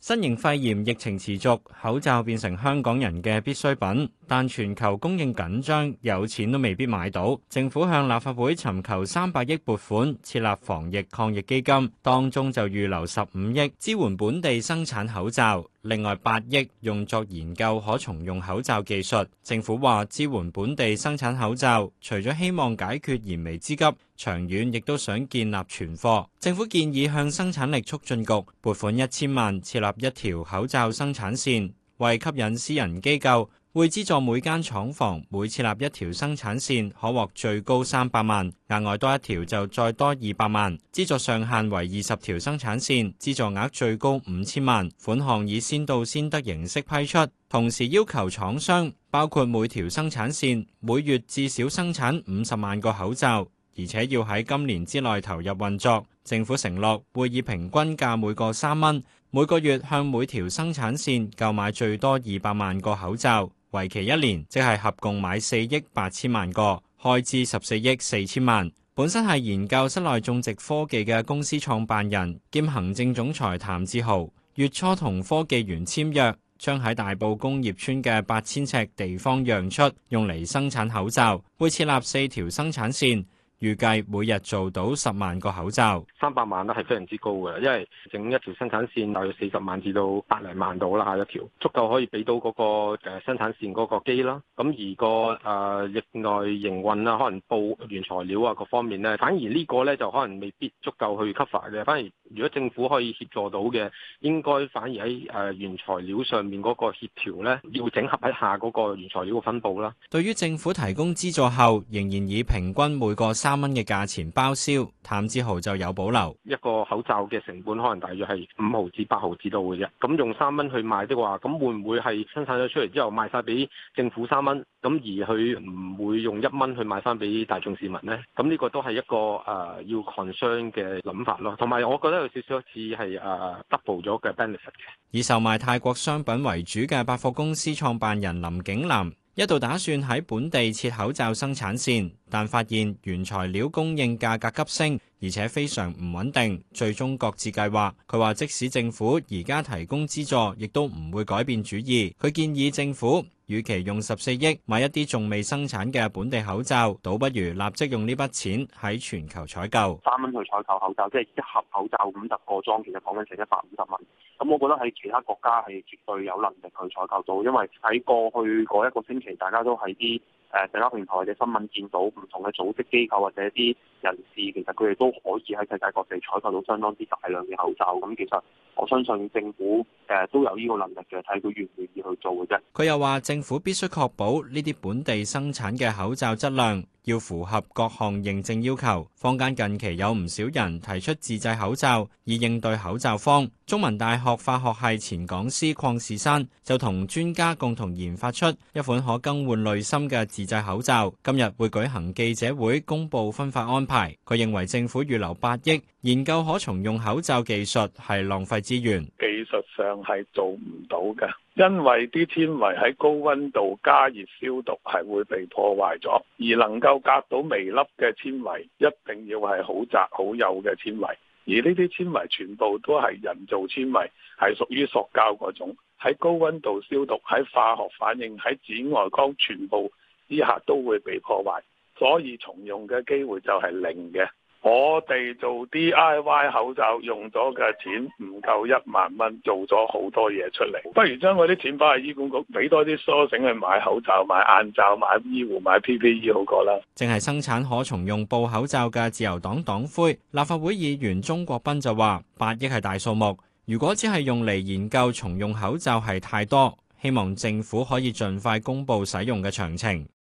新型肺炎疫情持續，口罩變成香港人嘅必需品，但全球供應緊張，有錢都未必買到。政府向立法會尋求300億撥款設立防疫抗疫基金，當中就預留15億支援本地生產口罩，另外8億用作研究可重用口罩技術。政府話支援本地生產口罩，除咗希望解決燃眉之急，長遠亦都想建立存貨。政府建議向生產力促進局撥款1000萬設立一條口罩生產線，為吸引私人機構，會資助每間廠房每設立一條生產線可獲最高300萬，額外多一條就再多200萬。資助上限為20條生產線，資助額最高5000萬，款項以先到先得形式批出。同時要求廠商包括每條生產線每月至少生產50萬個口罩，而且要喺今年之內投入運作。政府承諾會以平均價每個3蚊，每個月向每條生產線購買最多200萬個口罩，為期1年，即係合共買4億8千萬個，開支14億4千萬。本身係研究室內種植科技嘅公司創辦人兼行政總裁譚志豪，月初同科技園簽約，將喺大埔工業村嘅8000尺地方讓出，用嚟生產口罩，會設立4條生產線。預計每日做到10萬個口罩 ，300萬咧係非常之高嘅，因為整一條生產線大約40萬至到100萬度啦，一條足夠可以俾到嗰個生產線嗰個機啦。咁而個疫內營運啦，可能報原材料啊各方面咧，反而呢個咧就可能未必足夠去 cover 嘅。反而如果政府可以協助到嘅，應該反而喺原材料上面嗰個協調咧，要整合一下嗰個原材料嘅分佈啦。 對於政府提供資助後，仍然以平均每個3蚊嘅價錢包銷，譚志豪就有保留。 一個口罩嘅成本可能大約係5毫至8毫子到嘅啫。咁用3蚊去賣的話，咁會唔會係生產咗出嚟之後賣晒俾政府3蚊，咁而佢唔會用1蚊去賣翻俾大眾市民呢？咁呢個都係一個要 concern 嘅諗法咯。同埋我覺得有少少似係double 咗嘅 benefit 嘅。 以售賣泰國商品為主嘅百貨公司創辦人林景南一度打算喺本地設口罩生產線，但發現原材料供應價格急升，而且非常唔穩定，最終擱置計劃。佢話即使政府而家提供資助，亦都唔會改變主意。佢建議政府與其用14億買一啲仲未生產嘅本地口罩，倒不如立即用呢筆錢喺全球採購。 3蚊去採購口罩，即係一盒口罩50個裝，其實講緊成150蚊。咁我覺得喺其他國家係絕對有能力去採購到，因為喺過去嗰1個星期，大家都喺啲社交平台或者新聞見到唔同嘅組織機構或者啲人士，其實佢哋都可以喺世界各地採購到相當之大量嘅口罩。咁其實我相信政府都有呢個能力嘅，睇佢願唔願意去做嘅啫。 佢又話政府必須確保呢啲本地生產嘅口罩質量要符合各項認證要求。坊間近期有唔少人提出自製口罩以應對口罩荒。中文大學化學系前講師鄺士山就同專家共同研發出一款可更換濾芯嘅自製口罩，今日會舉行記者會公佈分發安排。佢認為政府預留8億研究可重用口罩技術係浪費資源， 技術上係做唔到嘅，因為啲纖維喺高溫度加熱消毒係會被破壞咗，而能夠隔到微粒嘅纖維一定要係好窄好幼嘅纖維，而呢啲纖維全部都係人造纖維，係屬於塑膠嗰種，喺高溫度消毒、喺化學反應、喺紫外光全部之下都會被破壞，所以重用嘅機會就係零嘅。我哋做 DIY 口罩用咗嘅錢唔夠1萬蚊，做咗好多嘢出嚟，不如將嗰啲錢擺喺醫管局，俾多啲疏醒去買口罩、買眼罩、買醫護、買 PPE 好過啦。 正係生產可重用布口罩嘅自由黨黨魁立法會議員鍾國斌就話：8億係大數目，如果只係用嚟研究重用口罩係太多，希望政府可以盡快公布使用嘅詳情。